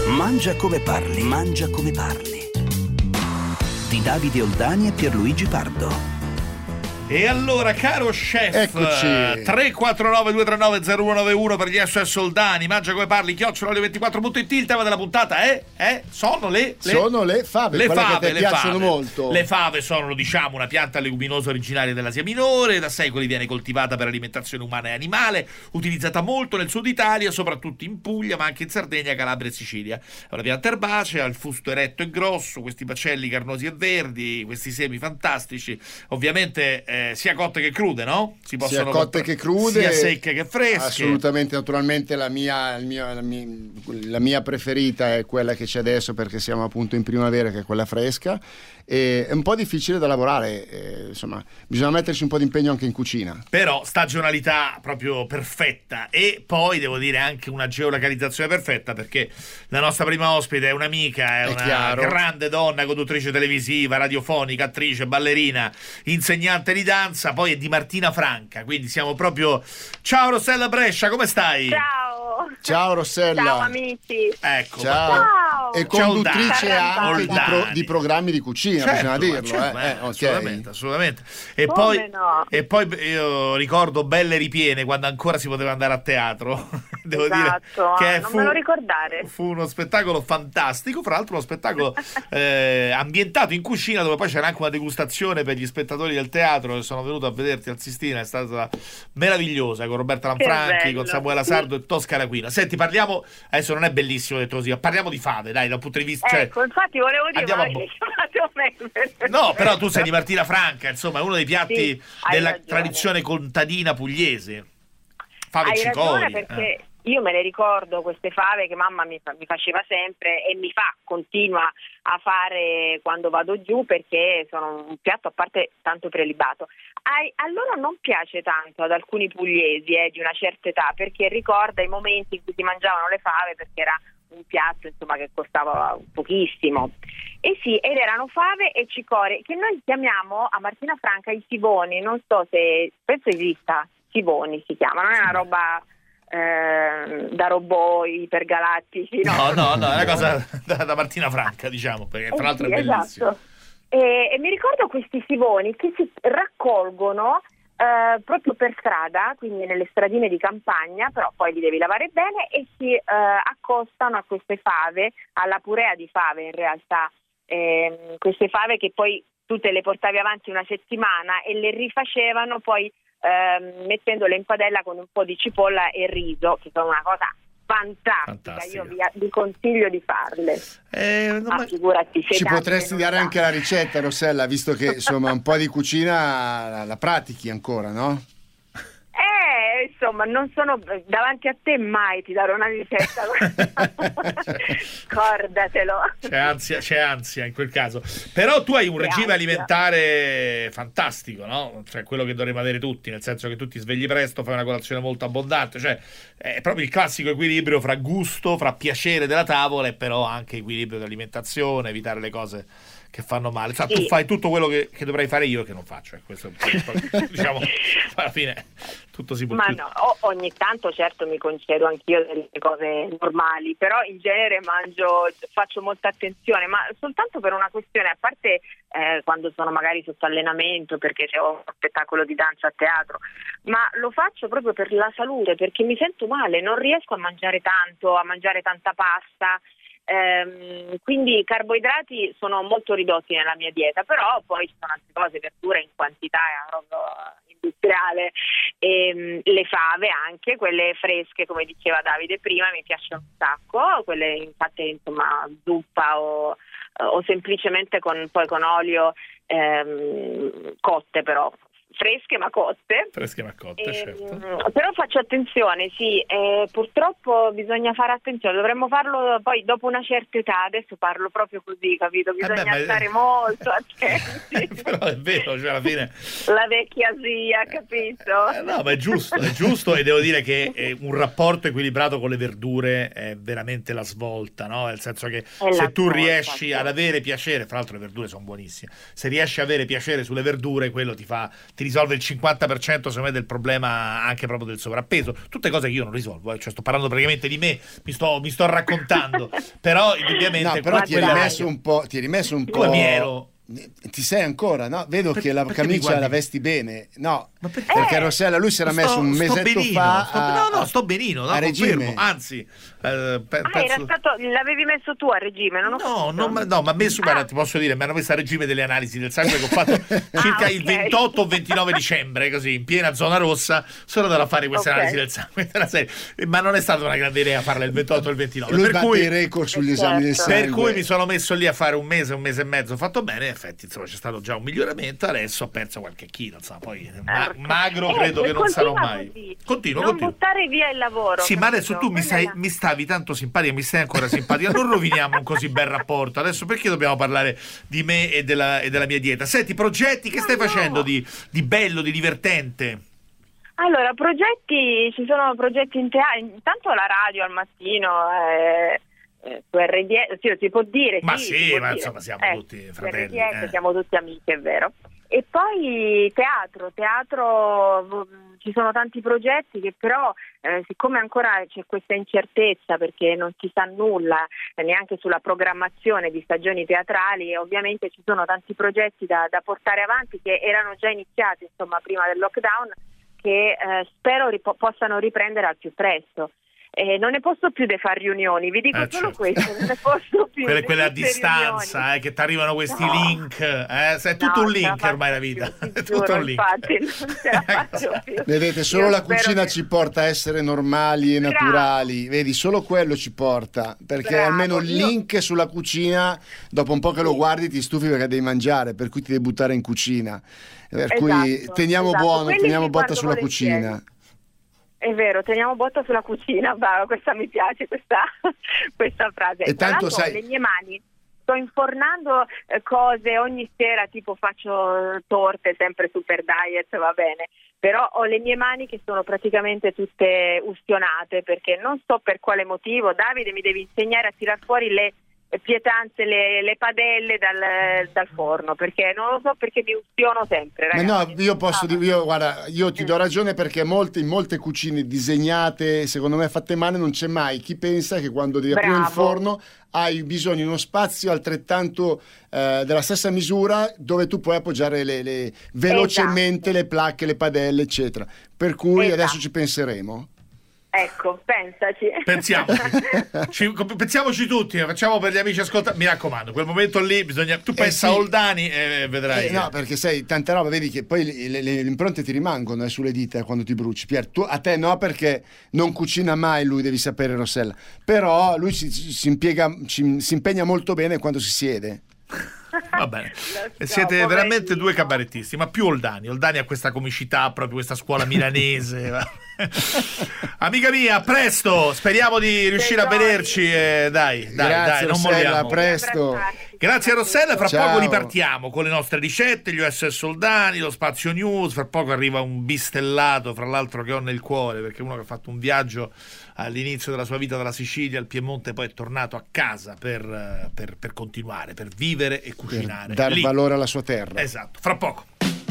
Mangia come parli, mangia come parli. Di Davide Oldani e Pierluigi Pardo. E allora, caro chef, eccoci. 349-239-0191 per gli SS Oldani, mangia come parli, @radio24.it. Il tema della puntata sono le fave, le quelle fave, che ti piacciono molto. Le fave sono, diciamo, una pianta leguminosa originaria dell'Asia Minore, da secoli viene coltivata per alimentazione umana e animale, utilizzata molto nel sud Italia, soprattutto in Puglia, ma anche in Sardegna, Calabria e Sicilia. È una pianta erbacea, ha il fusto eretto e grosso, questi baccelli carnosi e verdi, questi semi fantastici, ovviamente sia cotte che crude, no? Sia cotte che crude, sia secche che fresche. Assolutamente, naturalmente la mia preferita è quella che c'è adesso, perché siamo appunto in primavera, che è quella fresca. E è un po' difficile da lavorare, insomma, bisogna metterci un po' di impegno anche in cucina. Però stagionalità proprio perfetta, e poi devo dire anche una geolocalizzazione perfetta, perché la nostra prima ospite è un'amica, è una chiaro. grande donna, conduttrice televisiva, radiofonica, attrice, ballerina, insegnante di danza, poi è di Martina Franca, quindi siamo proprio... Ciao Rossella Brescia, come stai? Ciao Rossella. Ciao amici. Ecco. Ciao. E conduttrice Ciao, anche di programmi di cucina, bisogna dirlo. Okay. Assolutamente. E Come no? poi io ricordo belle ripiene quando ancora si poteva andare a teatro. Devo dire che non me lo ricordare. Fu uno spettacolo fantastico, fra l'altro uno spettacolo ambientato in cucina, dove poi c'era anche una degustazione per gli spettatori del teatro che sono venuti a vederti al Sistina. È stata meravigliosa, con Roberta Lanfranchi, con Samuela Sardo e Tosca Araquina. Senti, parliamo, adesso non è bellissimo detto così, parliamo di fave, dai, dal punto di vista... Ecco, infatti volevo dire, No, però tu sei di Martina Franca, insomma, è uno dei piatti della ragione. Tradizione contadina pugliese. Fave e Hai cicorie. ragione, perché io me le ricordo queste fave che mamma mi faceva sempre, e continua a fare quando vado giù, perché sono un piatto a parte tanto prelibato. A loro non piace tanto, ad alcuni pugliesi di una certa età, perché ricorda i momenti in cui si mangiavano le fave, perché era un piatto, insomma, che costava pochissimo. E sì, ed erano fave e cicorie, che noi chiamiamo a Martina Franca i sivoni. Non so se, penso esista, sivoni si chiama, non è una roba da robot ipergalattici, no? No, è una cosa da Martina Franca, diciamo, perché tra l'altro è bellissimo. Esatto. E mi ricordo questi sivoni che si raccolgono proprio per strada, quindi nelle stradine di campagna, però poi li devi lavare bene, e si accostano a queste fave, alla purea di fave in realtà, queste fave che poi tu te le portavi avanti una settimana e le rifacevano poi mettendole in padella con un po' di cipolla e riso, che sono una cosa fantastica. Io vi consiglio di farle. Figurati, ci potresti dare anche la ricetta, Rossella, visto che insomma un po' di cucina la pratichi ancora, no? Insomma, non sono davanti a te, mai ti darò una ricetta. Scordatelo. C'è ansia in quel caso. Però tu hai un regime alimentare fantastico, no? Cioè quello che dovremmo avere tutti, nel senso che tu ti svegli presto, fai una colazione molto abbondante, cioè è proprio il classico equilibrio fra gusto, fra piacere della tavola, e però anche equilibrio dell'alimentazione, evitare le cose che fanno male. Cioè, tu fai tutto quello che dovrei fare io, che non faccio, questo diciamo, alla fine tutto si può. Ma no, ogni tanto certo mi concedo anch'io delle cose normali, però in genere faccio molta attenzione, ma soltanto per una questione, a parte quando sono magari sotto allenamento, perché c'è uno spettacolo di danza a teatro, ma lo faccio proprio per la salute, perché mi sento male, non riesco a mangiare tanto, a mangiare tanta pasta. Quindi i carboidrati sono molto ridotti nella mia dieta, però poi ci sono altre cose, verdure in quantità proprio industriale, e le fave anche, quelle fresche, come diceva Davide prima, mi piacciono un sacco, quelle infatti, insomma, zuppa o semplicemente con olio, cotte, però fresche ma cotte, certo. Però faccio attenzione, purtroppo bisogna fare attenzione, dovremmo farlo poi dopo una certa età. Adesso parlo proprio così, capito? Bisogna stare molto attenti. Però è vero, cioè alla fine la vecchia zia, capito? No, ma è giusto, e devo dire che un rapporto equilibrato con le verdure è veramente la svolta, no? Nel senso che se tu riesci ad avere piacere, fra l'altro le verdure sono buonissime, se riesci ad avere piacere sulle verdure, quello ti risolve il 50% secondo me del problema, anche proprio del sovrappeso. Tutte cose che io non risolvo, cioè sto parlando praticamente di me, mi sto raccontando. Però indubbiamente no, però ti hai rimesso un po', come mi ero. Ti sei ancora, no? Vedo che la camicia la vesti bene, no? Ma perché Rossella, lui si era messo un mesetto fa sto benino, a regime, confermo, anzi era stato, l'avevi messo tu a regime, non ho ma messo, guarda, ti posso dire, mi hanno messo a regime delle analisi del sangue che ho fatto circa il 28 o 29 dicembre, così in piena zona rossa, sono andato a fare queste analisi del sangue della serie, ma non è stata una grande idea farla il 28 o il 29. Lui batte i record sugli esami del sangue, per cui mi sono messo lì a fare un mese e mezzo, ho fatto bene, in effetti insomma c'è stato già un miglioramento, adesso ho perso qualche chilo, insomma, poi magro credo che non sarò mai. Continuo. Buttare via il lavoro. Sì, ma adesso tu mi stavi tanto simpatica, mi stai ancora simpatica, non roviniamo un così bel rapporto. Adesso perché dobbiamo parlare di me e della mia dieta? Senti, progetti che stai facendo di bello, di divertente? Allora, ci sono progetti in teatro, intanto la radio al mattino, su RDS, sì, si può dire. Ma sì, ma insomma siamo tutti fratelli. RDS, siamo tutti amici, è vero. E poi teatro, ci sono tanti progetti che però, siccome ancora c'è questa incertezza perché non si sa nulla neanche sulla programmazione di stagioni teatrali, ovviamente ci sono tanti progetti da portare avanti che erano già iniziati, insomma, prima del lockdown, che spero possano riprendere al più presto. Non ne posso più di fare riunioni, vi dico solo questo, non ne posso più. Quelle a distanza, che ti arrivano questi link, è tutto un link ormai la vita, è tutto un link. Infatti, non ce la faccio più. Vedete, solo la cucina ci porta a essere normali e naturali, vedi, solo quello ci porta, perché almeno il link sulla cucina, dopo un po' che lo guardi ti stufi perché devi mangiare, per cui ti devi buttare in cucina, per cui teniamo botta sulla cucina. È vero, teniamo botta sulla cucina, bravo, questa mi piace, questa frase. E tanto sai, le mie mani, sto infornando cose ogni sera, tipo faccio torte sempre super diet, va bene, però ho le mie mani che sono praticamente tutte ustionate perché non so per quale motivo. Davide mi devi insegnare a tirar fuori le pietanze, le padelle dal forno, perché non lo so, perché mi ustiono sempre, ragazzi. Ma no, guarda, io ti do ragione, perché in molte cucine disegnate, secondo me fatte male, non c'è mai chi pensa che quando devi aprire il forno hai bisogno di uno spazio altrettanto della stessa misura dove tu puoi appoggiare velocemente le placche, le padelle, eccetera. Per cui adesso ci penseremo. Ecco, pensaci. Pensiamoci tutti, facciamo per gli amici ascoltatori. Mi raccomando, quel momento lì tu pensa a Oldani e vedrai. No, perché sai, tante robe, vedi che poi le impronte ti rimangono sulle dita quando ti bruci. Pier, a te no, perché non cucina mai lui, devi sapere, Rossella. Però lui si impegna molto bene quando si siede. Va bene, siete veramente due cabarettisti, ma più Oldani ha questa comicità, proprio questa scuola milanese. Amica mia, a presto, speriamo di riuscire a vederci, dai, grazie, non Rossella, molliamo. a presto. Grazie a Rossella, fra Ciao. poco ripartiamo con le nostre ricette, gli USS Oldani, lo Spazio News, fra poco arriva un bistellato, fra l'altro, che ho nel cuore, perché uno che ha fatto un viaggio all'inizio della sua vita dalla Sicilia al Piemonte, poi è tornato a casa per continuare, per vivere e cucinare. Per dar valore alla sua terra. Esatto, fra poco.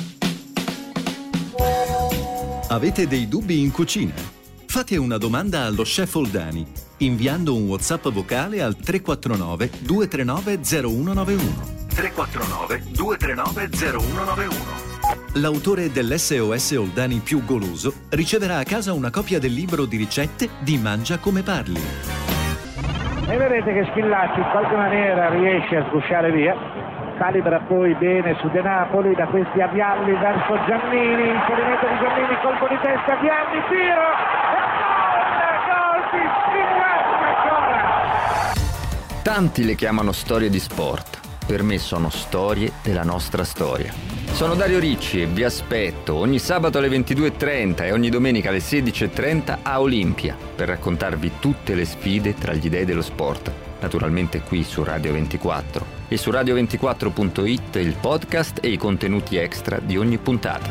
Avete dei dubbi in cucina? Fate una domanda allo chef Oldani inviando un WhatsApp vocale al 349 239 0191. 349 239 0191. L'autore dell'SOS Oldani più goloso riceverà a casa una copia del libro di ricette di Mangia come parli. E vedete che Schillaci in qualche maniera riesce a sgusciare via, calibra poi bene su De Napoli, da questi avvialli verso Giannini, inserimento di Giannini, colpo di testa, Gianni, tiro e gol di Schillaci ancora. Tanti le chiamano storie di sport, per me sono storie della nostra storia. Sono Dario Ricci e vi aspetto ogni sabato alle 22.30 e ogni domenica alle 16.30 a Olimpia per raccontarvi tutte le sfide tra gli dei dello sport. Naturalmente qui su Radio 24 e su radio24.it il podcast e i contenuti extra di ogni puntata.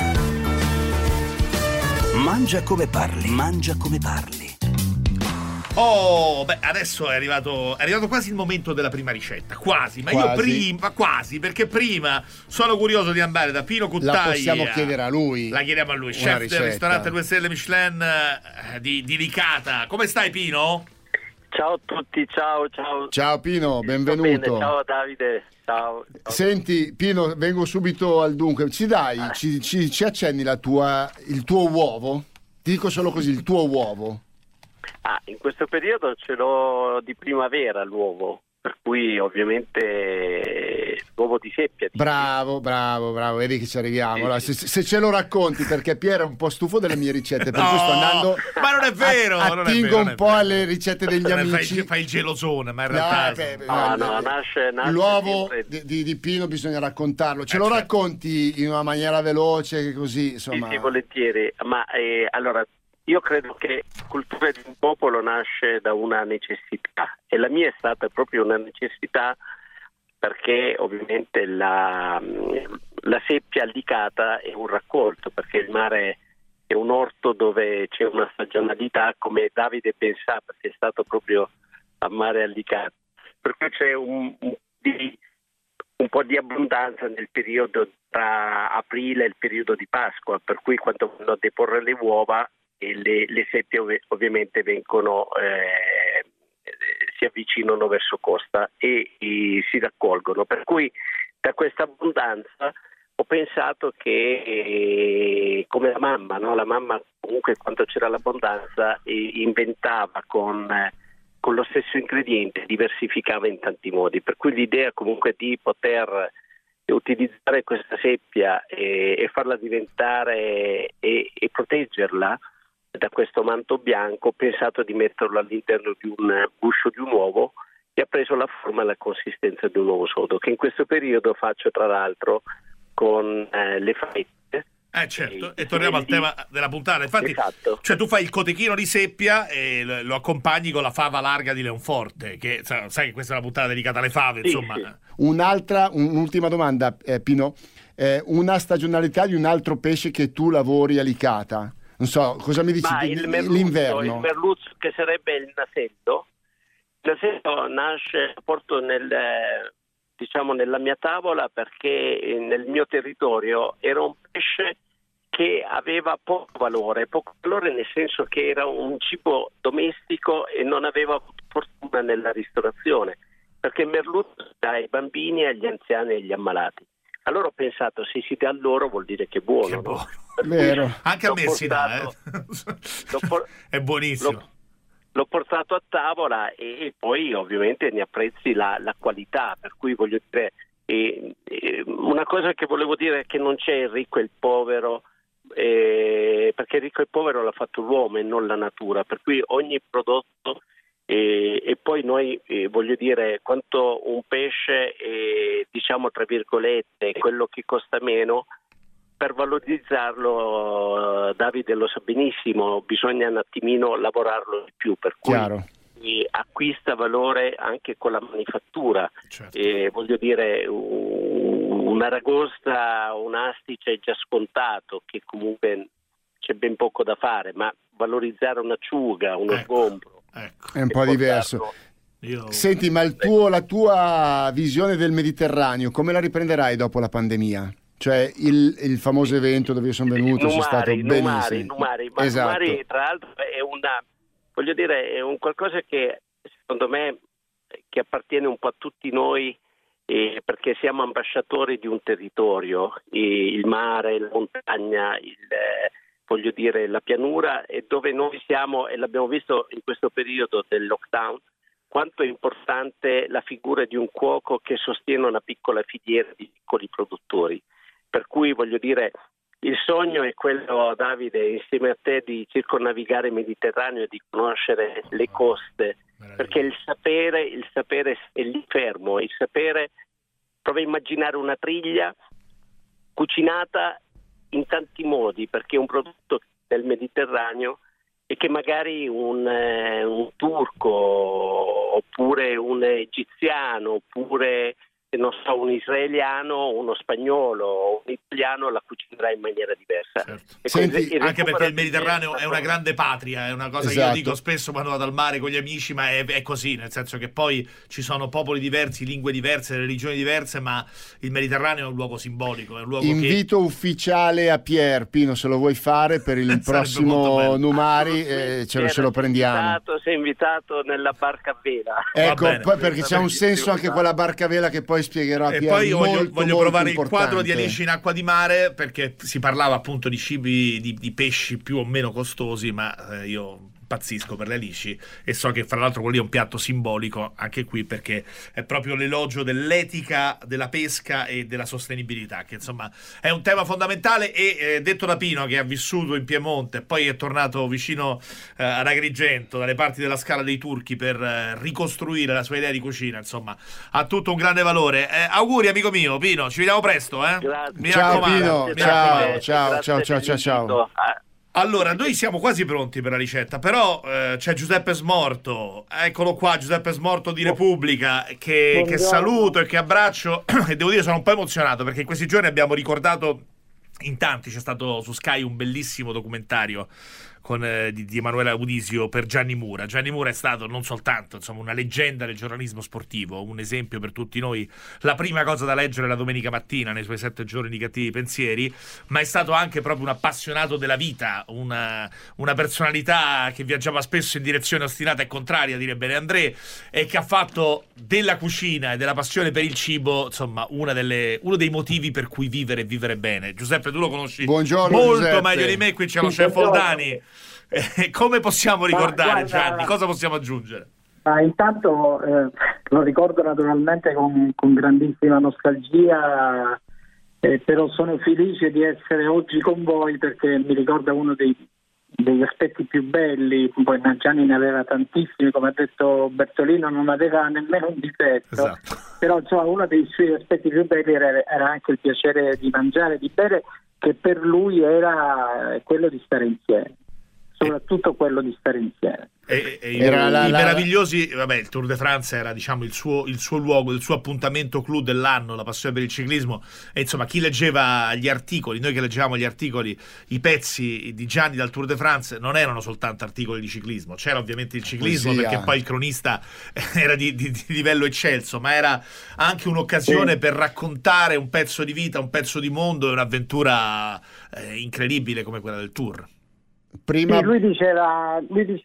Mangia come parli, mangia come parli. Oh, beh, adesso è arrivato quasi il momento della prima ricetta, quasi, ma io prima, quasi, perché prima sono curioso di andare da Pino Cuttai. La possiamo chiedere a lui. La chiediamo a lui, chef del ristorante 2 stelle Michelin di Licata. Come stai, Pino? Ciao a tutti, ciao. Ciao Pino, benvenuto. Bene, ciao Davide, ciao. Senti Pino, vengo subito al dunque. Ci accenni il tuo uovo? Ti dico solo così, il tuo uovo. In questo periodo ce l'ho di primavera l'uovo, per cui ovviamente l'uovo di seppia. Bravo, vedi che ci arriviamo. Allora, se ce lo racconti, perché Piero è un po' stufo delle mie ricette, per cui sto andando. Ma non è vero! Attingo un po' alle ricette degli amici. Fai il gelosone, ma in realtà. Nasce l'uovo sempre... di Pino bisogna raccontarlo. Ce lo racconti in una maniera veloce, così insomma. Sì, volentieri. Ma allora. Io credo che la cultura di un popolo nasce da una necessità, e la mia è stata proprio una necessità, perché ovviamente la seppia Licata è un raccolto, perché il mare è un orto dove c'è una stagionalità, come Davide ben sa, perché è stato proprio a mare a Licata, per cui c'è un po' di abbondanza nel periodo tra aprile e il periodo di Pasqua, per cui quando vanno a deporre le uova, e le seppie ovviamente vengono si avvicinano verso costa e si raccolgono, per cui da questa abbondanza ho pensato che come la mamma, no? La mamma comunque quando c'era l'abbondanza inventava con lo stesso ingrediente, diversificava in tanti modi, per cui l'idea comunque di poter utilizzare questa seppia e farla diventare e proteggerla da questo manto bianco, ho pensato di metterlo all'interno di un guscio di un uovo, e ha preso la forma e la consistenza di un uovo sodo, che in questo periodo faccio tra l'altro con le fette. Certo, e torniamo al tema della puntata. Infatti, esatto. Cioè tu fai il cotechino di seppia e lo accompagni con la fava larga di Leonforte, che sai che questa è una puntata dedicata alle fave, insomma. Sì. Un'ultima domanda, Pino. Una stagionalità di un altro pesce che tu lavori a Licata? Non so, cosa mi dici l'inverno? Il merluzzo, che sarebbe il nasello. Il nasello nasce, porto nella mia tavola, perché nel mio territorio era un pesce che aveva poco valore nel senso che era un cibo domestico e non aveva fortuna nella ristorazione, perché il merluzzo dà ai bambini, agli anziani e agli ammalati. Allora ho pensato, se si dà loro vuol dire che è buono, no? Vero. Anche a me si dà, è buonissimo. L'ho portato a tavola e poi ovviamente ne apprezzi la qualità, per cui voglio dire, una cosa che volevo dire è che non c'è il ricco e il povero, perché il ricco e il povero l'ha fatto l'uomo e non la natura, per cui ogni prodotto e poi noi voglio dire, quanto un pesce diciamo tra virgolette quello che costa meno, per valorizzarlo Davide lo sa benissimo, bisogna un attimino lavorarlo di più, per cui acquista valore anche con la manifattura. Certo. Voglio dire, un aragosta, un astice è già scontato, che comunque c'è ben poco da fare, ma valorizzare un'acciuga, uno sgombro è un po' diverso. Senti, ma la tua visione del Mediterraneo come la riprenderai dopo la pandemia? Cioè il famoso evento dove io sono venuto, sono stato benissimo. Numari, esatto. Numari tra l'altro è un qualcosa che secondo me che appartiene un po' a tutti noi, perché siamo ambasciatori di un territorio, il mare, la montagna, voglio dire la pianura, e dove noi siamo, e l'abbiamo visto in questo periodo del lockdown, quanto è importante la figura di un cuoco che sostiene una piccola filiera di piccoli produttori. Per cui voglio dire, il sogno è quello, Davide, insieme a te, di circonnavigare il Mediterraneo e di conoscere le coste, perché il sapere è lì fermo, il sapere, prova a immaginare una triglia cucinata in tanti modi, perché è un prodotto del Mediterraneo e che magari un turco oppure un egiziano oppure non so, un israeliano, uno spagnolo o un italiano la cucinerà in maniera diversa. Certo. Senti, anche perché il Mediterraneo è una grande patria, è una cosa che io Esatto. dico spesso quando vado al mare con gli amici, ma è così, nel senso che poi ci sono popoli diversi, lingue diverse, religioni diverse, ma il Mediterraneo è un luogo simbolico, è un luogo invito ufficiale a Pier Pino, se lo vuoi fare per il Sarebbe molto prossimo bello. Numari, ce lo prendiamo. Sei invitato nella barca a vela. Ecco, bene. poi perché c'è un senso anche quella barca a vela che poi spiegherò a E Pier. poi voglio molto provare il importante. quadro di Alice in acqua di mare, perché si parlava appunto di cibi, di pesci più o meno costosi, ma io impazzisco per le alici e so che fra l'altro quello lì è un piatto simbolico anche qui, perché è proprio l'elogio dell'etica della pesca e della sostenibilità, che insomma è un tema fondamentale. E detto da Pino, che ha vissuto in Piemonte, poi è tornato vicino ad Agrigento, dalle parti della Scala dei Turchi, per ricostruire la sua idea di cucina, insomma ha tutto un grande valore. Auguri amico mio Pino, ci vediamo presto, Grazie. Mi Ciao raccomando. Pino, Mi raccomando. ciao. Allora, noi siamo quasi pronti per la ricetta, però c'è Giuseppe Smorto, eccolo qua, Giuseppe Smorto di Repubblica, che saluto e che abbraccio, e devo dire sono un po' emozionato, perché in questi giorni abbiamo ricordato in tanti, c'è stato su Sky un bellissimo documentario di Emanuele Audisio per Gianni Mura. Gianni Mura è stato non soltanto una leggenda del giornalismo sportivo, un esempio per tutti noi, la prima cosa da leggere la domenica mattina nei suoi 7 giorni di cattivi pensieri, ma è stato anche proprio un appassionato della vita, una personalità che viaggiava spesso in direzione ostinata e contraria, direbbe André, e che ha fatto della cucina e della passione per il cibo uno dei motivi per cui vivere bene. Giuseppe, tu lo conosci Buongiorno, molto Giuseppe. meglio di me, qui c'è lo chef Oldani. Come possiamo ricordare, Gianni? Cosa possiamo aggiungere? Intanto lo ricordo naturalmente con grandissima nostalgia, però sono felice di essere oggi con voi, perché mi ricorda uno degli aspetti più belli. Poi Gianni ne aveva tantissimi, come ha detto Bertolino, non aveva nemmeno un difetto. Esatto. Però uno dei suoi aspetti più belli era anche il piacere di mangiare, di bere, che per lui era quello di stare insieme, soprattutto quello di stare insieme. I meravigliosi, il Tour de France era il suo luogo, il suo appuntamento clou dell'anno, la passione per il ciclismo. E insomma, chi leggeva gli articoli, noi che leggevamo gli articoli, i pezzi di Gianni dal Tour de France non erano soltanto articoli di ciclismo, c'era ovviamente il ciclismo, perché poi il cronista era di livello eccelso, ma era anche un'occasione per raccontare un pezzo di vita, un pezzo di mondo e un'avventura incredibile come quella del Tour. Sì, lui diceva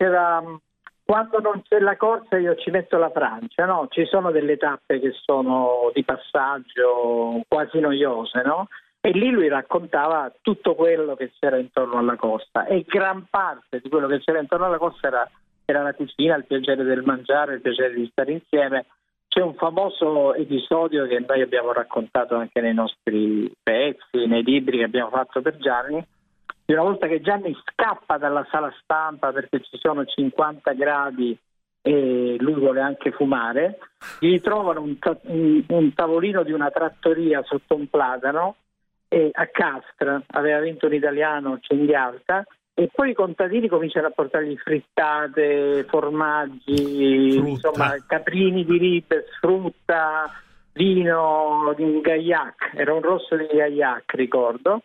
quando non c'è la corsa io ci metto la Francia, no? Ci sono delle tappe che sono di passaggio quasi noiose, no? E lì lui raccontava tutto quello che c'era intorno alla costa, e gran parte di quello che c'era intorno alla costa era la cucina, il piacere del mangiare, il piacere di stare insieme. C'è un famoso episodio che noi abbiamo raccontato anche nei nostri pezzi, nei libri che abbiamo fatto per Gianni, di una volta che Gianni scappa dalla sala stampa perché ci sono 50 gradi e lui vuole anche fumare, gli trovano un tavolino di una trattoria sotto un platano, e a Castra aveva vinto un italiano, Cinghialta, e poi i contadini cominciano a portargli frittate, formaggi, caprini di ribes, frutta, vino di Gaillac, era un rosso di Gaillac, ricordo,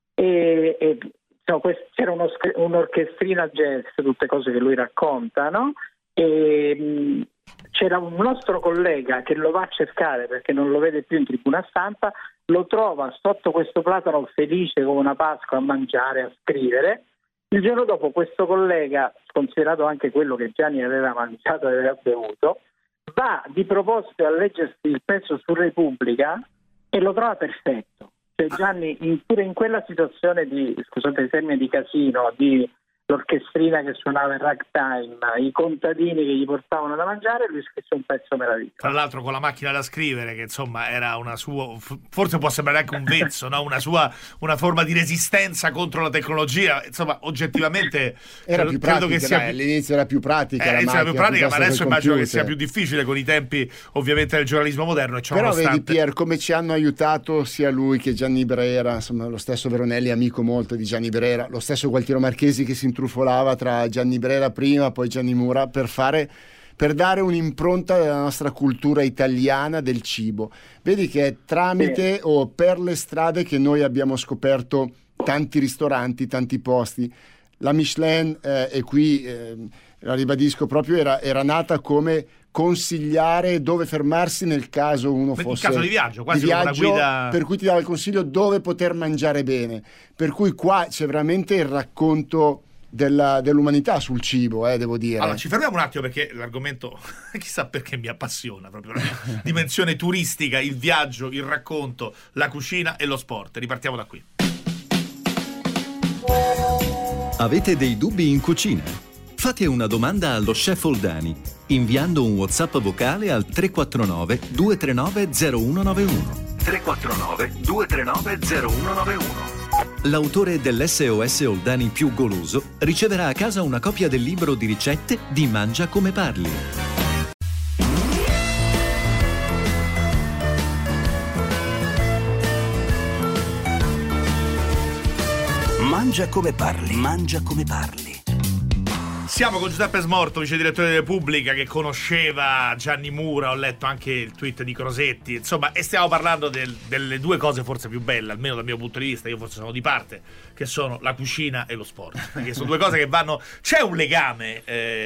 e c'era un'orchestrina jazz, tutte cose che lui racconta, no? E c'era un nostro collega che lo va a cercare perché non lo vede più in tribuna stampa, lo trova sotto questo platano felice come una Pasqua a mangiare, a scrivere. Il giorno dopo questo collega, considerato anche quello che Gianni aveva mangiato e aveva bevuto, va di proposito a leggersi il pezzo su Repubblica e lo trova perfetto. Cioè Gianni, pure in quella situazione di, scusate il termine, di casino, di l'orchestrina che suonava il ragtime, i contadini che gli portavano da mangiare, lui scrisse un pezzo meraviglioso. Tra l'altro con la macchina da scrivere, che insomma era una sua, forse può sembrare anche un vezzo, no? Una forma di resistenza contro la tecnologia, insomma oggettivamente era più pratica, credo che sia all'inizio era più pratica, era più pratica, ma adesso immagino che sia più difficile con i tempi ovviamente del giornalismo moderno, e però vedi Pier come ci hanno aiutato sia lui che Gianni Brera, insomma lo stesso Veronelli, amico molto di Gianni Brera, lo stesso Gualtiero Marchesi che si intrufolava tra Gianni Brera prima poi Gianni Mura per per dare un'impronta della nostra cultura italiana del cibo. Vedi che è tramite o per le strade che noi abbiamo scoperto tanti ristoranti, tanti posti. La Michelin, e qui la ribadisco proprio, era nata come consigliare dove fermarsi nel caso uno fosse in caso di viaggio, quasi una guida, per cui ti dava il consiglio dove poter mangiare bene. Per cui qua c'è veramente il racconto dell'umanità sul cibo, devo dire. Allora, ci fermiamo un attimo, perché l'argomento chissà perché mi appassiona, proprio la dimensione turistica, il viaggio, il racconto, la cucina e lo sport. Ripartiamo da qui. Avete dei dubbi in cucina? Fate una domanda allo chef Oldani inviando un WhatsApp vocale al 349 239 0191. 349 239 0191. L'autore dell'SOS Oldani più goloso riceverà a casa una copia del libro di ricette di Mangia come parli. Mangia come parli, mangia come parli. Siamo con Giuseppe Smorto, vice direttore di Repubblica, che conosceva Gianni Mura, ho letto anche il tweet di Crosetti, insomma, e stiamo parlando delle due cose forse più belle, almeno dal mio punto di vista, io forse sono di parte, che sono la cucina e lo sport, perché sono due cose che vanno, c'è un legame,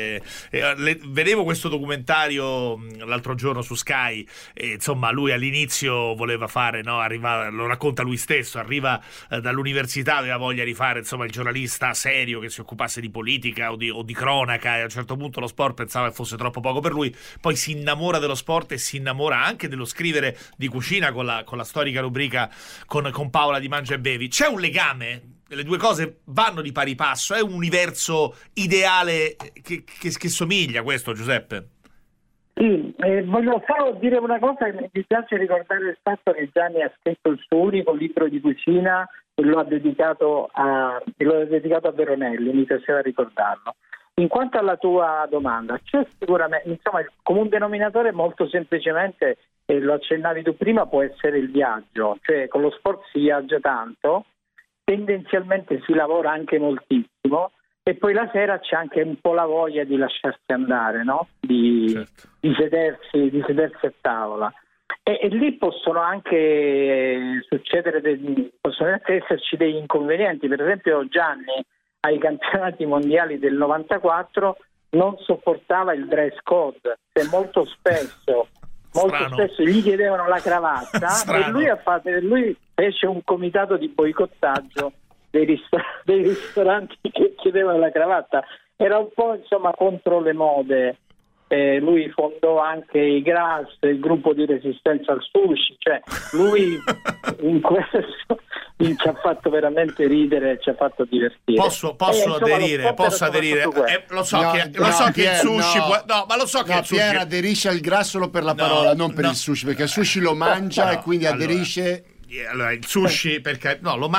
vedevo questo documentario l'altro giorno su Sky, insomma lui all'inizio voleva fare, no, lo racconta lui stesso, arriva dall'università, aveva voglia di fare, insomma, il giornalista serio che si occupasse di politica o di cronaca, e a un certo punto lo sport pensava che fosse troppo poco per lui, poi si innamora dello sport e si innamora anche dello scrivere di cucina con la storica rubrica con Paola di Mangia e Bevi. C'è un legame? Le due cose vanno di pari passo? È un universo ideale che somiglia questo, Giuseppe? Sì, voglio solo dire una cosa, che mi piace ricordare il fatto che Gianni ha scritto il suo unico libro di cucina e lo ha dedicato a Veronelli, mi piaceva ricordarlo. In quanto alla tua domanda, c'è sicuramente, insomma, il comune denominatore molto semplicemente, e lo accennavi tu prima, può essere il viaggio, cioè con lo sport si viaggia tanto, tendenzialmente si lavora anche moltissimo e poi la sera c'è anche un po' la voglia di lasciarsi andare, no? Di sedersi a tavola. E lì possono anche possono anche esserci degli inconvenienti. Per esempio Gianni ai campionati mondiali del 94 non sopportava il dress code, cioè molto spesso gli chiedevano la cravatta e lui fece un comitato di boicottaggio dei ristoranti che chiedevano la cravatta. Era un po', insomma, contro le mode. Lui fondò anche i Grass, il gruppo di resistenza al sushi, cioè lui in questo ci ha fatto veramente ridere, ci ha fatto divertire. Posso aderire? Lo so che il sushi Pierre aderisce al Grass solo per la parola, non per il sushi, perché il sushi lo mangia e quindi aderisce. Allora, il sushi, perché no, lo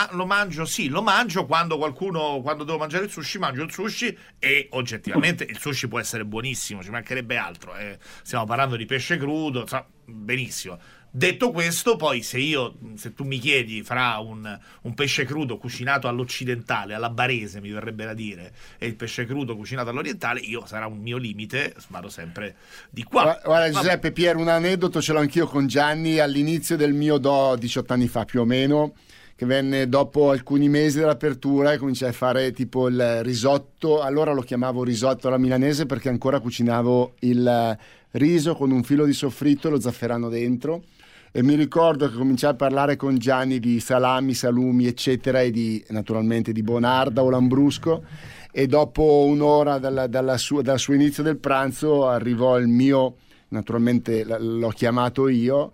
mangio quando devo mangiare il sushi, mangio il sushi, e oggettivamente il sushi può essere buonissimo, ci mancherebbe altro, stiamo parlando di pesce crudo, benissimo. Detto questo, poi se tu mi chiedi fra un pesce crudo cucinato all'occidentale, alla barese mi verrebbe da dire, e il pesce crudo cucinato all'orientale, sarà un mio limite, vado sempre di qua. Guarda Giuseppe, Pier, un aneddoto ce l'ho anch'io con Gianni all'inizio del mio 18 anni fa più o meno, che venne dopo alcuni mesi dell'apertura e cominciai a fare tipo il risotto. Allora lo chiamavo risotto alla milanese perché ancora cucinavo il riso con un filo di soffritto e lo zafferano dentro. E mi ricordo che cominciai a parlare con Gianni di salumi, eccetera, e naturalmente di Bonarda o Lambrusco, e dopo un'ora dal suo inizio del pranzo arrivò il mio, naturalmente l'ho chiamai io,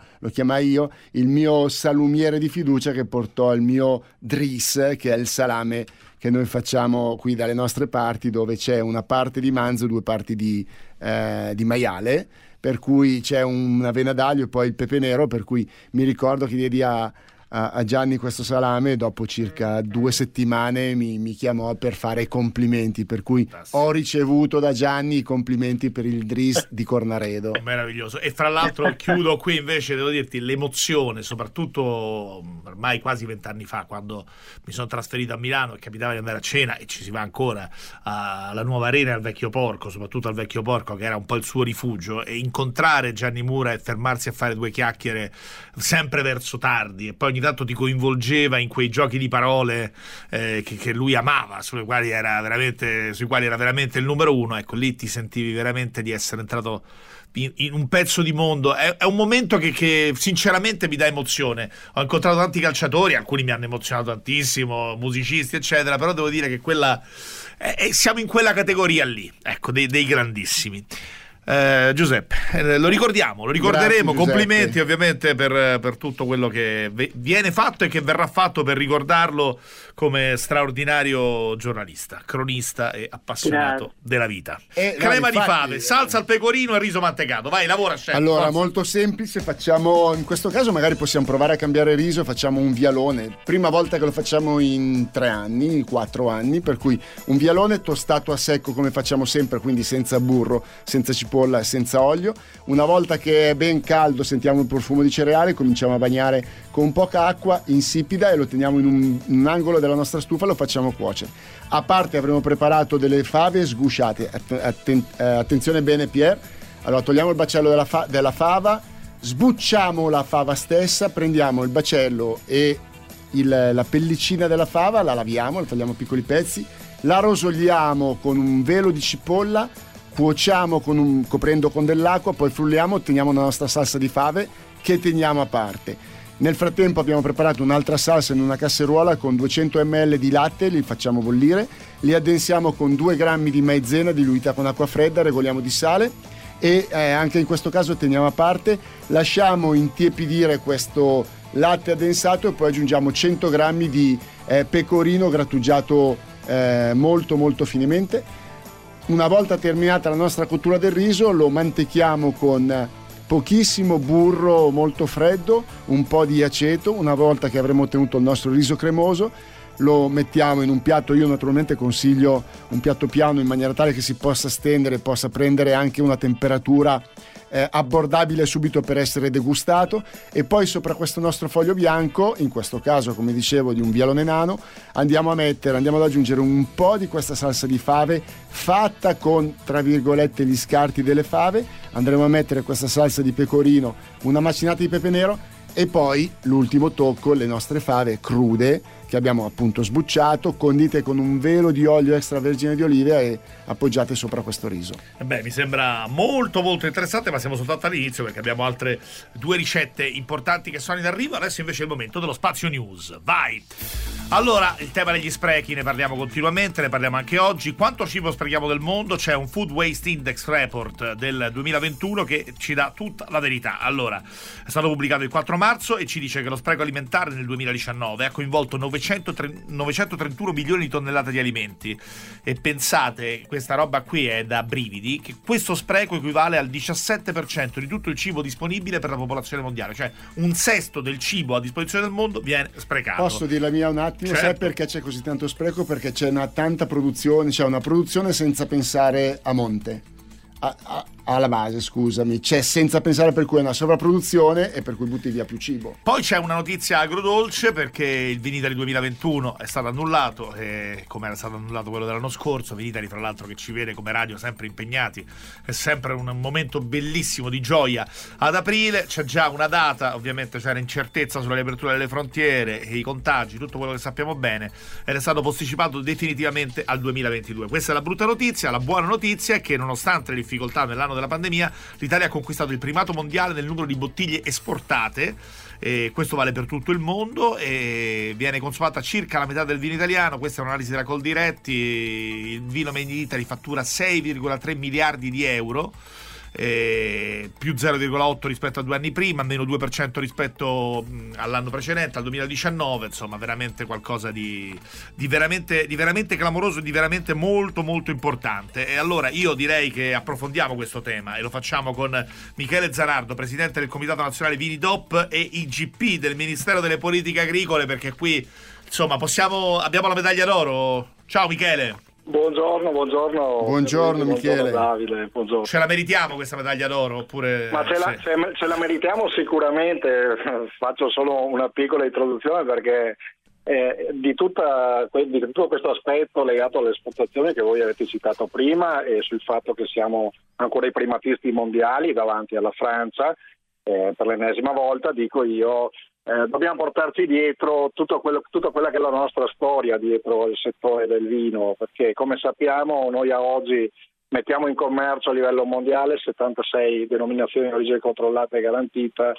il mio salumiere di fiducia, che portò il mio dris, che è il salame che noi facciamo qui dalle nostre parti, dove c'è una parte di manzo e due parti di maiale, per cui c'è una vena d'aglio e poi il pepe nero, per cui mi ricordo che diedi a a Gianni questo salame, dopo circa 2 settimane mi chiamò per fare i complimenti, per cui ho ricevuto da Gianni i complimenti per il Dries di Cornaredo. Meraviglioso. E fra l'altro chiudo qui, invece devo dirti l'emozione, soprattutto ormai quasi 20 anni fa, quando mi sono trasferito a Milano e capitava di andare a cena, e ci si va ancora alla nuova arena, al Vecchio Porco, soprattutto al Vecchio Porco, che era un po' il suo rifugio, e incontrare Gianni Mura e fermarsi a fare 2 chiacchiere sempre verso tardi, e poi ogni tanto ti coinvolgeva in quei giochi di parole che lui amava, sui quali era veramente il numero uno. Ecco, lì ti sentivi veramente di essere entrato in un pezzo di mondo. È un momento che sinceramente mi dà emozione. Ho incontrato tanti calciatori, alcuni mi hanno emozionato tantissimo, musicisti eccetera, però devo dire che siamo in quella categoria lì, ecco, dei grandissimi. Giuseppe, lo ricorderemo. Grazie, Complimenti ovviamente per tutto quello che viene fatto e che verrà fatto per ricordarlo come straordinario giornalista, cronista e appassionato della vita. Crema di fave, salsa al pecorino e riso mantecato. Vai, lavora, chef. Allora, forza. molto semplice, facciamo, in questo caso magari possiamo provare a cambiare riso, facciamo un vialone, prima volta che lo facciamo in 4 anni, per cui un vialone tostato a secco come facciamo sempre, quindi senza burro, senza cipolla e senza olio. Una volta che è ben caldo, sentiamo il profumo di cereale, cominciamo a bagnare con poca acqua insipida e lo teniamo in un angolo della nostra stufa, lo facciamo cuocere. A parte avremo preparato delle fave sgusciate. Attenzione bene, Pier. Allora, togliamo il baccello della fava, sbucciamo la fava stessa, prendiamo il baccello e la pellicina della fava, la laviamo, la tagliamo a piccoli pezzi, la rosogliamo con un velo di cipolla, cuociamo coprendo con dell'acqua, poi frulliamo, otteniamo la nostra salsa di fave che teniamo a parte. Nel frattempo abbiamo preparato un'altra salsa in una casseruola con 200 ml di latte, li facciamo bollire, li addensiamo con 2 grammi di maizena diluita con acqua fredda, regoliamo di sale e anche in questo caso teniamo a parte, lasciamo intiepidire questo latte addensato e poi aggiungiamo 100 grammi di pecorino grattugiato molto molto finemente. Una volta terminata la nostra cottura del riso, lo mantechiamo con pochissimo burro molto freddo, un po' di aceto. Una volta che avremo ottenuto il nostro riso cremoso, lo mettiamo in un piatto. Io naturalmente consiglio un piatto piano in maniera tale che si possa stendere, possa prendere anche una temperatura abbordabile subito per essere degustato, e poi sopra questo nostro foglio bianco, in questo caso come dicevo di un vialone nano, andiamo ad aggiungere un po' di questa salsa di fave fatta con, tra virgolette, gli scarti delle fave. Andremo a mettere questa salsa di pecorino, una macinata di pepe nero e poi l'ultimo tocco, le nostre fave crude che abbiamo appunto sbucciato, condite con un velo di olio extravergine di oliva e appoggiate sopra questo riso. Mi sembra molto molto interessante, ma siamo soltanto all'inizio perché abbiamo altre 2 ricette importanti che sono in arrivo. Adesso invece è il momento dello Spazio News. Vai! Allora, il tema degli sprechi, ne parliamo continuamente, ne parliamo anche oggi. Quanto cibo sprechiamo del mondo? C'è un Food Waste Index Report del 2021 che ci dà tutta la verità. Allora, è stato pubblicato il 4 marzo e ci dice che lo spreco alimentare nel 2019 ha coinvolto 931 milioni di tonnellate di alimenti. E pensate, questa roba qui è da brividi, che questo spreco equivale al 17% di tutto il cibo disponibile per la popolazione mondiale, cioè 1/6 del cibo a disposizione del mondo viene sprecato. Posso dire la mia un attimo? Certo. Sai perché c'è così tanto spreco? Perché c'è tanta produzione, c'è una produzione senza pensare a monte, alla base, scusami, c'è senza pensare, per cui è una sovrapproduzione e per cui butti via più cibo. Poi c'è una notizia agrodolce, perché il Vinitaly 2021 è stato annullato, come era stato annullato quello dell'anno scorso. Vinitaly, fra l'altro, che ci vede come radio sempre impegnati, è sempre un momento bellissimo di gioia. Ad aprile c'è già una data, ovviamente c'era incertezza sulla riapertura delle frontiere e i contagi, tutto quello che sappiamo bene, ed è stato posticipato definitivamente al 2022. Questa è la brutta notizia. La buona notizia è che, nonostante le difficoltà nell'anno della pandemia, l'Italia ha conquistato il primato mondiale nel numero di bottiglie esportate, e questo vale per tutto il mondo, e viene consumata circa la metà del vino italiano. Questa è un'analisi della Coldiretti. Il vino Made in Italy fattura 6,3 miliardi di euro, più 0,8 rispetto a 2 anni prima, meno 2% rispetto all'anno precedente, al 2019, insomma veramente qualcosa di veramente clamoroso, di veramente molto molto importante. E allora io direi che approfondiamo questo tema e lo facciamo con Michele Zanardo, presidente del Comitato Nazionale Vini DOP e IGP del Ministero delle Politiche Agricole, perché qui insomma abbiamo la medaglia d'oro. Ciao Michele. Buongiorno Michele. Davide, buongiorno. Ce la meritiamo questa medaglia d'oro oppure? Ma ce la meritiamo sicuramente. Faccio solo una piccola introduzione perché di tutto questo aspetto legato alle esportazioni che voi avete citato prima e sul fatto che siamo ancora i primatisti mondiali davanti alla Francia per l'ennesima volta, dico io, dobbiamo portarci dietro tutta quella che è la nostra storia dietro il settore del vino, perché come sappiamo noi a oggi mettiamo in commercio a livello mondiale 76 denominazioni di origine controllata e garantita,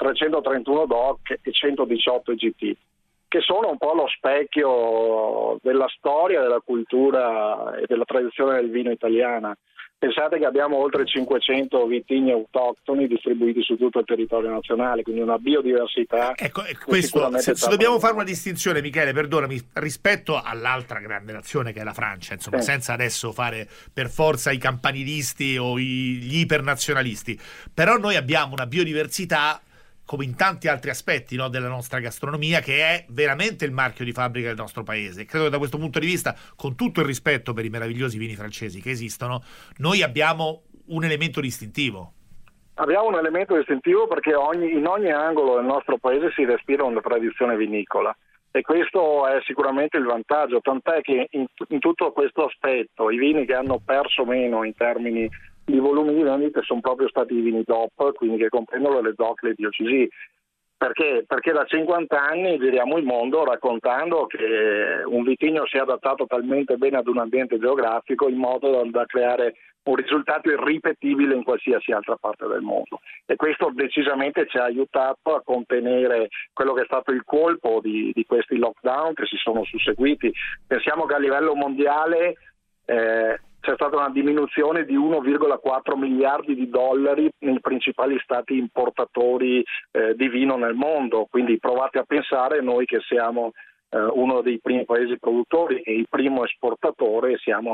331 DOC e 118 IGT, che sono un po' lo specchio della storia, della cultura e della tradizione del vino italiana. Pensate che abbiamo oltre 500 vitigni autoctoni distribuiti su tutto il territorio nazionale, quindi una biodiversità. Ecco, questo, se dobbiamo fare una distinzione, Michele, perdonami, rispetto all'altra grande nazione che è la Francia, insomma, senza adesso fare per forza i campanilisti o gli ipernazionalisti, però noi abbiamo una biodiversità come in tanti altri aspetti, no, della nostra gastronomia, che è veramente il marchio di fabbrica del nostro paese. Credo che da questo punto di vista, con tutto il rispetto per i meravigliosi vini francesi che esistono, noi abbiamo un elemento distintivo. Abbiamo un elemento distintivo perché in ogni angolo del nostro paese si respira una tradizione vinicola e questo è sicuramente il vantaggio, tant'è che in tutto questo aspetto i vini che hanno perso meno in termini di volumi di vendite sono proprio stati i vini DOP, quindi che comprendono le DOC, le DOCG. Perché? Perché da 50 anni giriamo il mondo raccontando che un vitigno si è adattato talmente bene ad un ambiente geografico in modo da creare un risultato irripetibile in qualsiasi altra parte del mondo. E questo decisamente ci ha aiutato a contenere quello che è stato il colpo di questi lockdown che si sono susseguiti. Pensiamo che a livello mondiale c'è stata una diminuzione di 1,4 miliardi di dollari nei principali stati importatori di vino nel mondo, quindi provate a pensare noi che siamo uno dei primi paesi produttori e il primo esportatore, siamo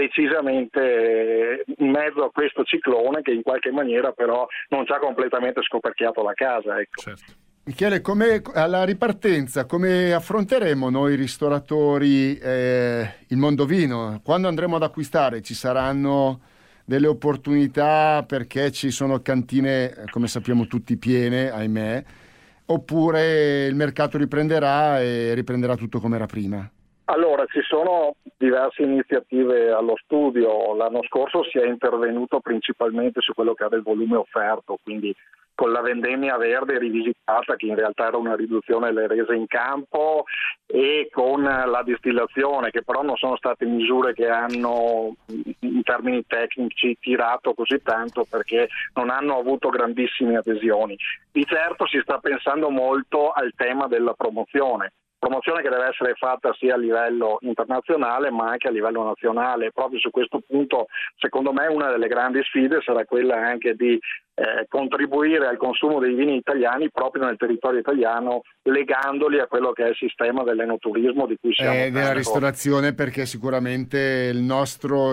decisamente in mezzo a questo ciclone che in qualche maniera però non ci ha completamente scoperchiato la casa. Ecco. Certo. Michele, alla ripartenza, come affronteremo noi ristoratori il mondo vino? Quando andremo ad acquistare ci saranno delle opportunità perché ci sono cantine, come sappiamo tutti, piene, ahimè, oppure il mercato riprenderà e riprenderà tutto come era prima? Allora, ci sono diverse iniziative allo studio. L'anno scorso si è intervenuto principalmente su quello che era il volume offerto, quindi con la vendemmia verde rivisitata, che in realtà era una riduzione delle rese in campo, e con la distillazione, che però non sono state misure che hanno in termini tecnici tirato così tanto perché non hanno avuto grandissime adesioni. Di certo si sta pensando molto al tema della promozione che deve essere fatta sia a livello internazionale ma anche a livello nazionale. Proprio su questo punto, secondo me, una delle grandi sfide sarà quella anche di contribuire al consumo dei vini italiani proprio nel territorio italiano, legandoli a quello che è il sistema dell'enoturismo di cui siamo della ristorazione, perché sicuramente il vostro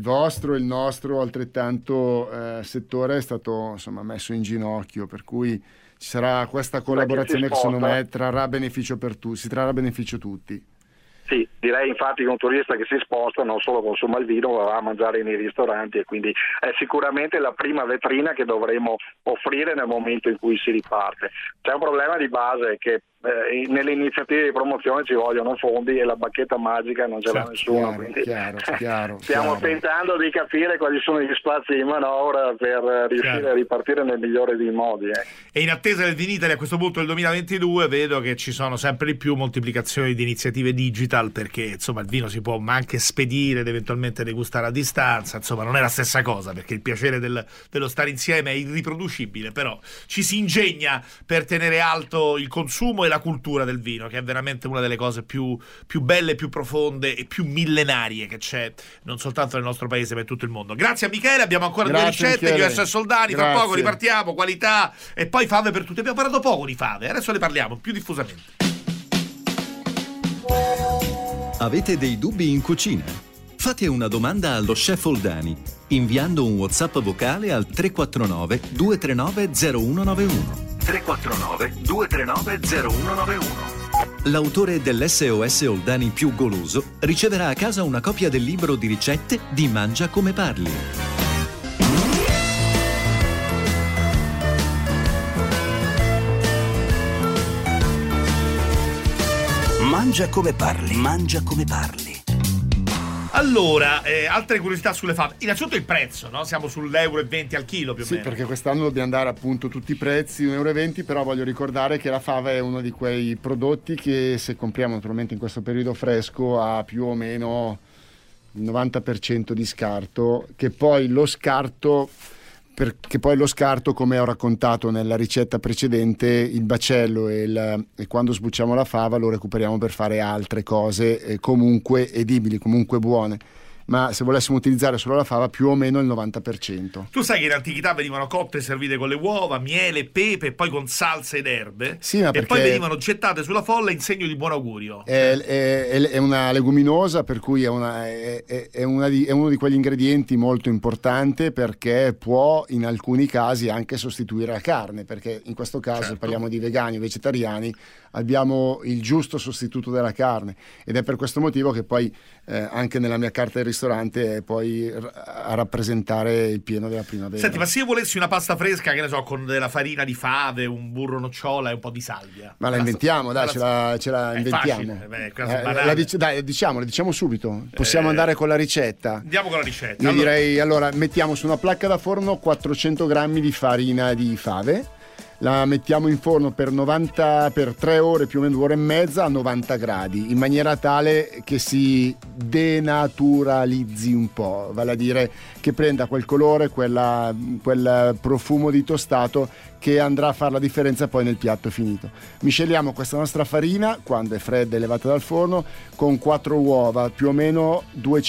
altrettanto settore è stato insomma messo in ginocchio, per cui ci sarà questa collaborazione che secondo me trarrà beneficio si trarrà beneficio tutti. Sì, direi infatti che un turista che si sposta non solo consuma il vino, ma va a mangiare nei ristoranti, e quindi è sicuramente la prima vetrina che dovremo offrire nel momento in cui si riparte. C'è un problema di base che nelle iniziative di promozione ci vogliono fondi e la bacchetta magica non ce l'ha nessuno, chiaro, stiamo tentando di capire quali sono gli spazi di manovra per riuscire a ripartire nel migliore dei modi. E in attesa del Vinitaly a questo punto del 2022 vedo che ci sono sempre di più moltiplicazioni di iniziative digital, perché perché insomma il vino si può anche spedire ed eventualmente degustare a distanza, insomma non è la stessa cosa, perché il piacere dello stare insieme è irriproducibile, però ci si ingegna per tenere alto il consumo e la cultura del vino, che è veramente una delle cose più belle, più profonde e più millenarie che c'è, non soltanto nel nostro paese ma in tutto il mondo. Grazie a Michele, abbiamo ancora 2 ricette di OSS Soldani, tra poco ripartiamo, qualità e poi fave per tutti. Abbiamo parlato poco di fave, adesso ne parliamo più diffusamente. Avete dei dubbi in cucina? Fate una domanda allo chef Oldani inviando un WhatsApp vocale al 349 239 0191. 349 239 0191. L'autore dell'SOS Oldani più goloso riceverà a casa una copia del libro di ricette di Mangia come parli. Mangia come parli, mangia come parli. Allora, altre curiosità sulle fave. Innanzitutto il prezzo, no? Siamo sull'1,20 € al chilo più o meno. Sì, perché quest'anno dobbiamo andare appunto tutti i prezzi 1,20 €, però voglio ricordare che la fava è uno di quei prodotti che, se compriamo naturalmente in questo periodo fresco, ha più o meno il 90% di scarto, che poi lo scarto, come ho raccontato nella ricetta precedente, il bacello e quando sbucciamo la fava lo recuperiamo per fare altre cose comunque edibili, comunque buone. Ma se volessimo utilizzare solo la fava, più o meno il 90%. Tu sai che in antichità venivano cotte e servite con le uova, miele, pepe e poi con salse ed erbe, sì, ma e poi venivano gettate sulla folla in segno di buon augurio. È una leguminosa, per cui è uno di quegli ingredienti molto importante, perché può in alcuni casi anche sostituire la carne, perché in questo caso parliamo di vegani o vegetariani, abbiamo il giusto sostituto della carne, ed è per questo motivo che poi anche nella mia carta del ristorante è poi a rappresentare il pieno della primavera. Senti, ma se io volessi una pasta fresca, che ne so, con della farina di fave, un burro nocciola e un po' di salvia, ma la inventiamo, dai, ce la inventiamo. Dai, diciamo subito. Possiamo andare con la ricetta? Andiamo con la ricetta. Io direi, allora, mettiamo su una placca da forno 400 grammi di farina di fave. La mettiamo in forno per 3 ore, più o meno 2 ore e mezza, a 90 gradi, in maniera tale che si denaturalizzi un po', vale a dire che prenda quel colore, quel profumo di tostato che andrà a fare la differenza poi nel piatto finito. Misceliamo questa nostra farina, quando è fredda e levata dal forno, con 4 uova, più o meno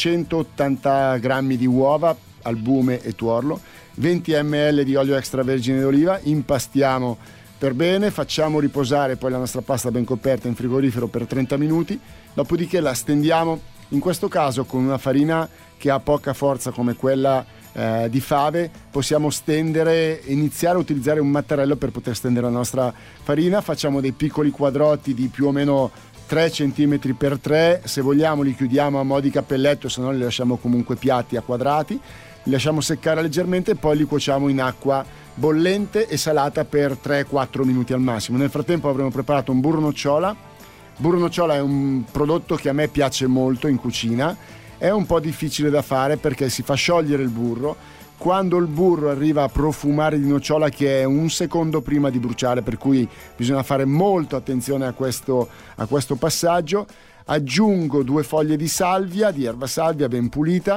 280 grammi di uova, albume e tuorlo, 20 ml di olio extravergine d'oliva, impastiamo per bene, facciamo riposare poi la nostra pasta ben coperta in frigorifero per 30 minuti, dopodiché la stendiamo, in questo caso con una farina che ha poca forza come quella di fave, possiamo iniziare a utilizzare un mattarello per poter stendere la nostra farina, facciamo dei piccoli quadrotti di più o meno 3 cm x 3, se vogliamo li chiudiamo a mo' di cappelletto, se no li lasciamo comunque piatti a quadrati, li lasciamo seccare leggermente e poi li cuociamo in acqua bollente e salata per 3-4 minuti al massimo. Nel frattempo avremo preparato un burro nocciola. Burro nocciola è un prodotto che a me piace molto in cucina, è un po' difficile da fare perché si fa sciogliere il burro. Quando il burro arriva a profumare di nocciola, che è un secondo prima di bruciare, per cui bisogna fare molto attenzione a questo passaggio, aggiungo 2 foglie di salvia, di erba salvia ben pulita,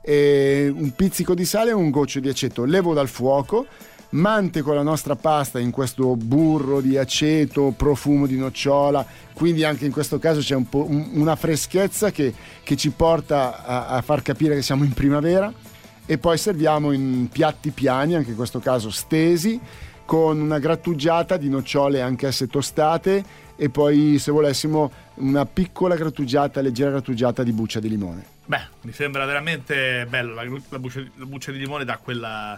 e un pizzico di sale e un goccio di aceto. Levo dal fuoco, manteco la nostra pasta in questo burro di aceto, profumo di nocciola, quindi anche in questo caso c'è un po' una freschezza che ci porta a far capire che siamo in primavera, e poi serviamo in piatti piani, anche in questo caso stesi, con una grattugiata di nocciole anch'esse tostate, e poi, se volessimo, una piccola leggera grattugiata di buccia di limone. Beh, mi sembra veramente bello, la buccia di limone da quella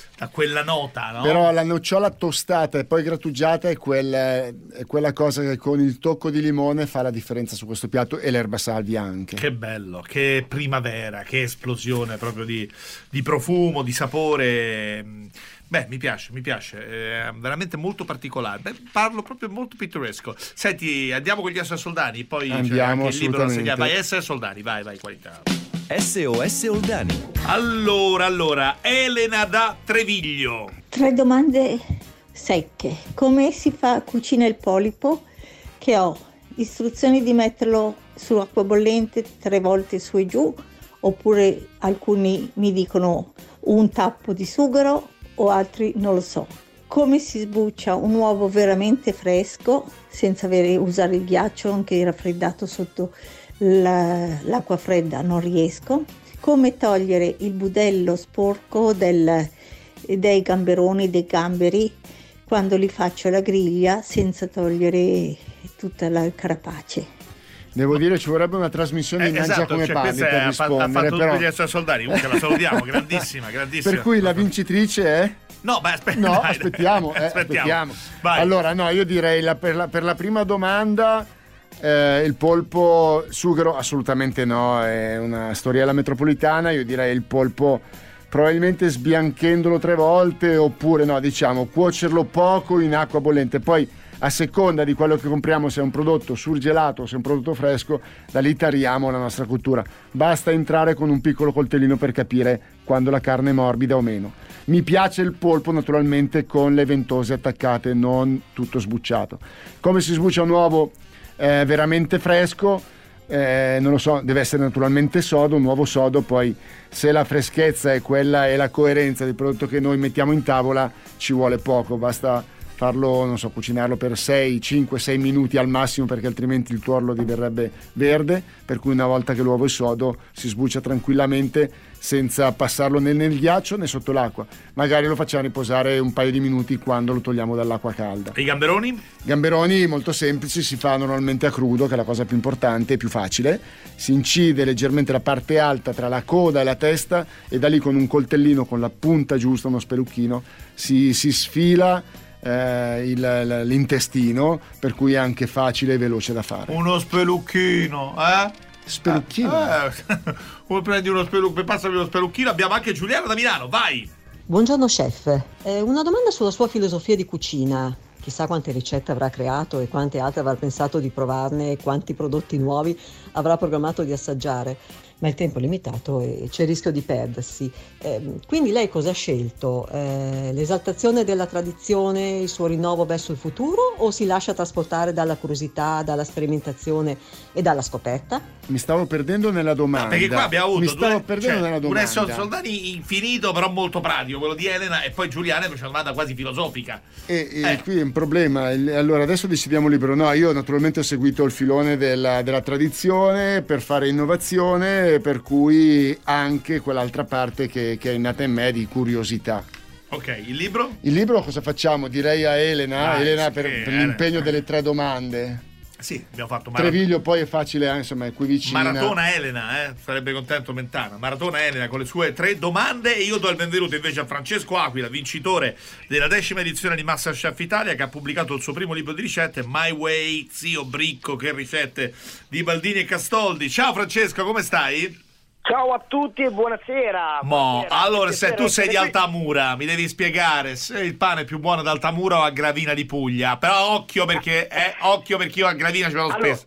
nota, no? Però la nocciola tostata e poi grattugiata è quella cosa che con il tocco di limone fa la differenza su questo piatto, e l'erba salvia anche. Che bello, che primavera, che esplosione proprio di profumo, di sapore. Beh, mi piace, è veramente molto particolare. Beh, parlo proprio molto pittoresco. Senti, andiamo con gli OSS Soldani, poi andiamo, c'è anche il libro da segnare. Vai, OSS Soldani, vai, qualità. SOS Oldani. Allora, Elena da Treviglio. 3 domande secche. Come si cucina il polipo? Che ho istruzioni di metterlo su acqua bollente 3 volte su e giù, oppure alcuni mi dicono un tappo di sughero o altri non lo so. Come si sbuccia un uovo veramente fresco senza usare il ghiaccio, anche raffreddato sotto l'acqua fredda non riesco. Come togliere il budello sporco dei gamberoni, dei gamberi, quando li faccio alla griglia senza togliere tutta la carapace. Devo dire, ci vorrebbe una trasmissione in Mangia come parli per rispondere. Ha fatto però... tutti gli esseri soldati, comunque la salutiamo, grandissima. Per cui la vincitrice è? No, beh, aspetta. No, dai, aspettiamo. Vai. Allora, no, io direi per la prima domanda il polpo sughero assolutamente no, è una storiella metropolitana. Io direi il polpo probabilmente sbianchendolo 3 volte, oppure no, diciamo cuocerlo poco in acqua bollente, poi a seconda di quello che compriamo, se è un prodotto surgelato o se è un prodotto fresco, da lì tariamo la nostra cottura. Basta entrare con un piccolo coltellino per capire quando la carne è morbida o meno. Mi piace il polpo naturalmente con le ventose attaccate, non tutto sbucciato. Come si sbuccia un uovo veramente fresco? Non lo so, deve essere naturalmente sodo, un uovo sodo. Poi se la freschezza è quella e la coerenza del prodotto che noi mettiamo in tavola, ci vuole poco, basta farlo, non so, cucinarlo per 5-6 minuti al massimo, perché altrimenti il tuorlo diverrebbe verde, per cui una volta che l'uovo è sodo si sbuccia tranquillamente senza passarlo né nel ghiaccio né sotto l'acqua. Magari lo facciamo riposare un paio di minuti quando lo togliamo dall'acqua calda. E i gamberoni? Gamberoni molto semplici, si fa normalmente a crudo, che è la cosa più importante e più facile. Si incide leggermente la parte alta tra la coda e la testa e da lì con un coltellino con la punta giusta, uno spelucchino, si sfila l'intestino, per cui è anche facile e veloce da fare. Uno spelucchino, Spelucchino? Prendi uno spelucchino, passami uno spelucchino. Abbiamo anche Giuliano da Milano, vai! Buongiorno chef, una domanda sulla sua filosofia di cucina. Chissà quante ricette avrà creato e quante altre avrà pensato di provarne e quanti prodotti nuovi avrà programmato di assaggiare, ma il tempo è limitato e c'è il rischio di perdersi. Quindi lei cosa ha scelto? L'esaltazione della tradizione, il suo rinnovo verso il futuro, o si lascia trasportare dalla curiosità, dalla sperimentazione e dalla scoperta? Mi stavo perdendo nella domanda. Perché qua abbiamo avuto nella domanda. un essere soldati infinito, però molto pratico, quello di Elena, e poi Giuliano c'è una domanda quasi filosofica. E qui è un problema. Allora adesso decidiamo libero. No, io naturalmente ho seguito il filone della tradizione per fare innovazione, per cui anche quell'altra parte che è nata in me di curiosità. Ok, il libro? Il libro cosa facciamo? Direi a Elena. Elena per l'impegno delle 3 domande. Sì, abbiamo fatto Treviglio poi è facile, insomma, è qui vicino. Maratona Elena, sarebbe contento Mentana. Maratona Elena con le sue 3 domande, e io do il benvenuto invece a Francesco Aquila, vincitore della 10ª edizione di MasterChef Italia, che ha pubblicato il suo primo libro di ricette, My Way, Zio Bricco, che ricette di Baldini e Castoldi. Ciao Francesco, come stai? Ciao a tutti e buonasera. Allora, se tu sei di Altamura, mi devi spiegare se il pane è più buono ad Altamura o a Gravina di Puglia. Però occhio perché io a Gravina ci vado spesso.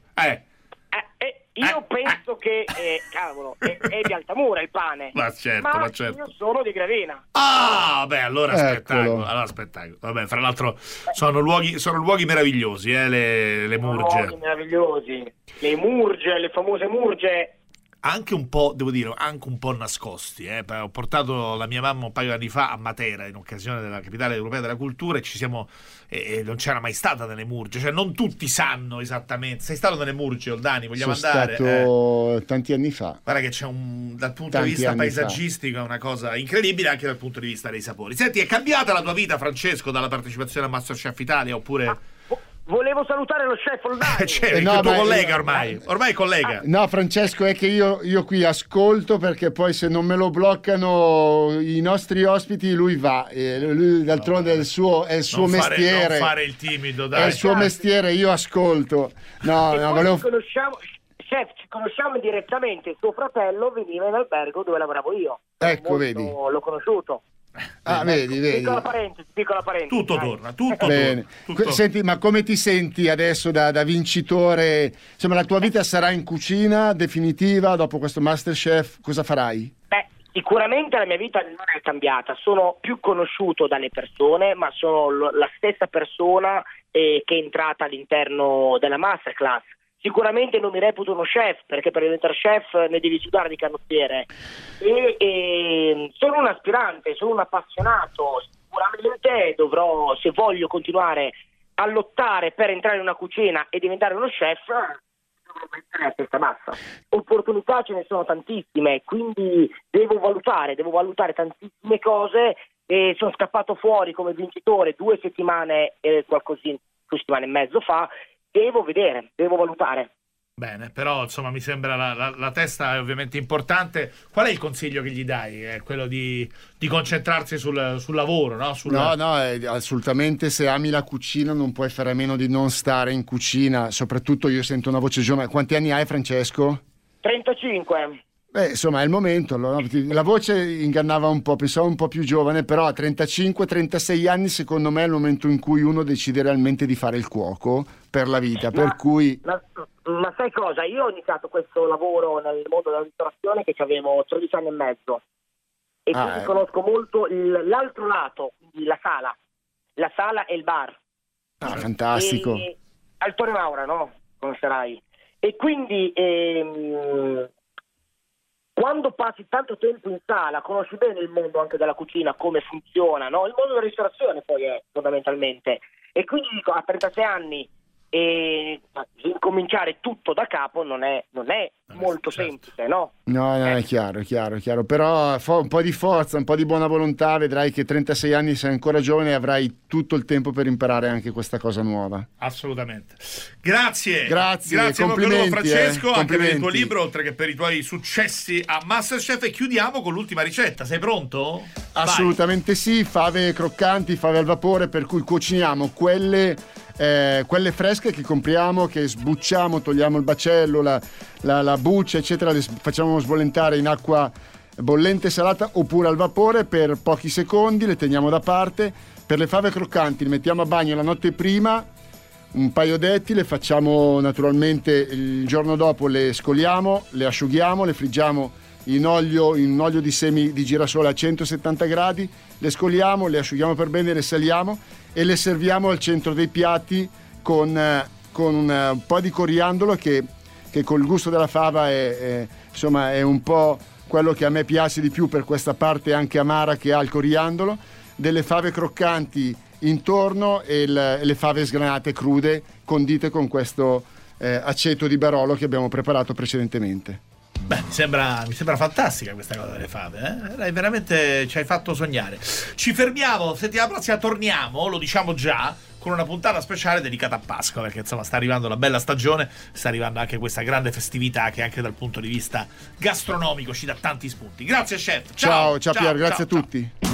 Io penso che cavolo, è di Altamura il pane. Ma certo. Io sono di Gravina. Allora spettacolo. Vabbè, fra l'altro sono luoghi meravigliosi, le murge. Luoghi meravigliosi. Le murge, le famose murge. Anche un po', devo dire, anche un po' nascosti. Ho portato la mia mamma un paio di anni fa a Matera in occasione della capitale europea della cultura, e non c'era mai stata nelle murge, cioè non tutti sanno esattamente. Sei stato nelle murge, Oldani? Vogliamo andare? Sono stato tanti anni fa. Guarda che c'è dal punto di vista paesaggistico è una cosa incredibile, anche dal punto di vista dei sapori. Senti, è cambiata la tua vita, Francesco, dalla partecipazione a MasterChef Italia, oppure... Volevo salutare lo chef Oldani. Il tuo collega ormai è collega. No, Francesco, è che io qui ascolto, perché poi se non me lo bloccano i nostri ospiti lui va, lui d'altronde è il suo mestiere. Non fare il timido, dai. È il suo mestiere, io ascolto. Volevo... ci conosciamo direttamente. Suo fratello veniva in albergo dove lavoravo io. Vedi. L'ho conosciuto. Vedi. Piccola parentesi. Tutto torna. Senti, ma come ti senti adesso da vincitore? Insomma, la tua vita sarà in cucina definitiva dopo questo MasterChef? Cosa farai? Sicuramente la mia vita non è cambiata. Sono più conosciuto dalle persone, ma sono la stessa persona che è entrata all'interno della Masterclass. sicuramente non mi reputo uno chef, perché per diventare chef ne devi sudare di canottiere, e sono un aspirante, sono un appassionato. Sicuramente dovrò, se voglio continuare a lottare per entrare in una cucina e diventare uno chef, dovrò mettere a testa bassa. Opportunità ce ne sono tantissime, quindi devo valutare tantissime cose, e sono scappato fuori come vincitore 2 settimane e 2 settimane e mezzo fa. Devo vedere, devo valutare. Bene, però insomma mi sembra la testa è ovviamente importante. Qual è il consiglio che gli dai? È quello di concentrarsi sul lavoro, no? No, assolutamente. Se ami la cucina non puoi fare a meno di non stare in cucina. Soprattutto io sento una voce giovane. Quanti anni hai, Francesco? 35. Insomma è il momento. La voce ingannava un po', pensavo un po' più giovane, però a 35-36 anni secondo me è il momento in cui uno decide realmente di fare il cuoco per la vita, per cui... Ma sai cosa? Io ho iniziato questo lavoro nel mondo della ristorazione che avevo 13 anni e mezzo, e quindi conosco molto l'altro lato, quindi la sala e il bar. Fantastico. Al Torre Maura, no? Conoscerai. E quindi quando passi tanto tempo in sala conosci bene il mondo anche della cucina, come funziona, no? Il mondo della ristorazione poi è fondamentalmente. E quindi dico, a 36 anni e incominciare tutto da capo non è molto semplice, no? No, è chiaro, però un po' di forza, un po' di buona volontà, vedrai che 36 anni sei ancora giovane e avrai tutto il tempo per imparare anche questa cosa nuova. Assolutamente. Grazie complimenti, Francesco, anche per il tuo libro, oltre che per i tuoi successi a MasterChef. E chiudiamo con l'ultima ricetta. Sei pronto? Assolutamente. Vai. Sì, fave croccanti, fave al vapore, per cui cuciniamo quelle fresche che compriamo, che sbucciamo, togliamo il bacello, la buccia eccetera, le facciamo sbollentare in acqua bollente salata oppure al vapore per pochi secondi, le teniamo da parte. Per le fave croccanti le mettiamo a bagno la notte prima, un paio d'etti, le facciamo naturalmente il giorno dopo, le scoliamo, le asciughiamo, le friggiamo in un olio di semi di girasole a 170 gradi, le scoliamo, le asciughiamo per bene, le saliamo e le serviamo al centro dei piatti con un po' di coriandolo che col gusto della fava è un po' quello che a me piace di più, per questa parte anche amara che ha il coriandolo, delle fave croccanti intorno e le fave sgranate crude condite con questo aceto di Barolo che abbiamo preparato precedentemente. Beh, mi sembra fantastica questa cosa delle fave, eh? Veramente ci hai fatto sognare. Ci fermiamo, settimana prossima torniamo, lo diciamo già, con una puntata speciale dedicata a Pasqua, perché insomma sta arrivando la bella stagione, sta arrivando anche questa grande festività che anche dal punto di vista gastronomico ci dà tanti spunti. Grazie chef. Ciao Pier, grazie a tutti.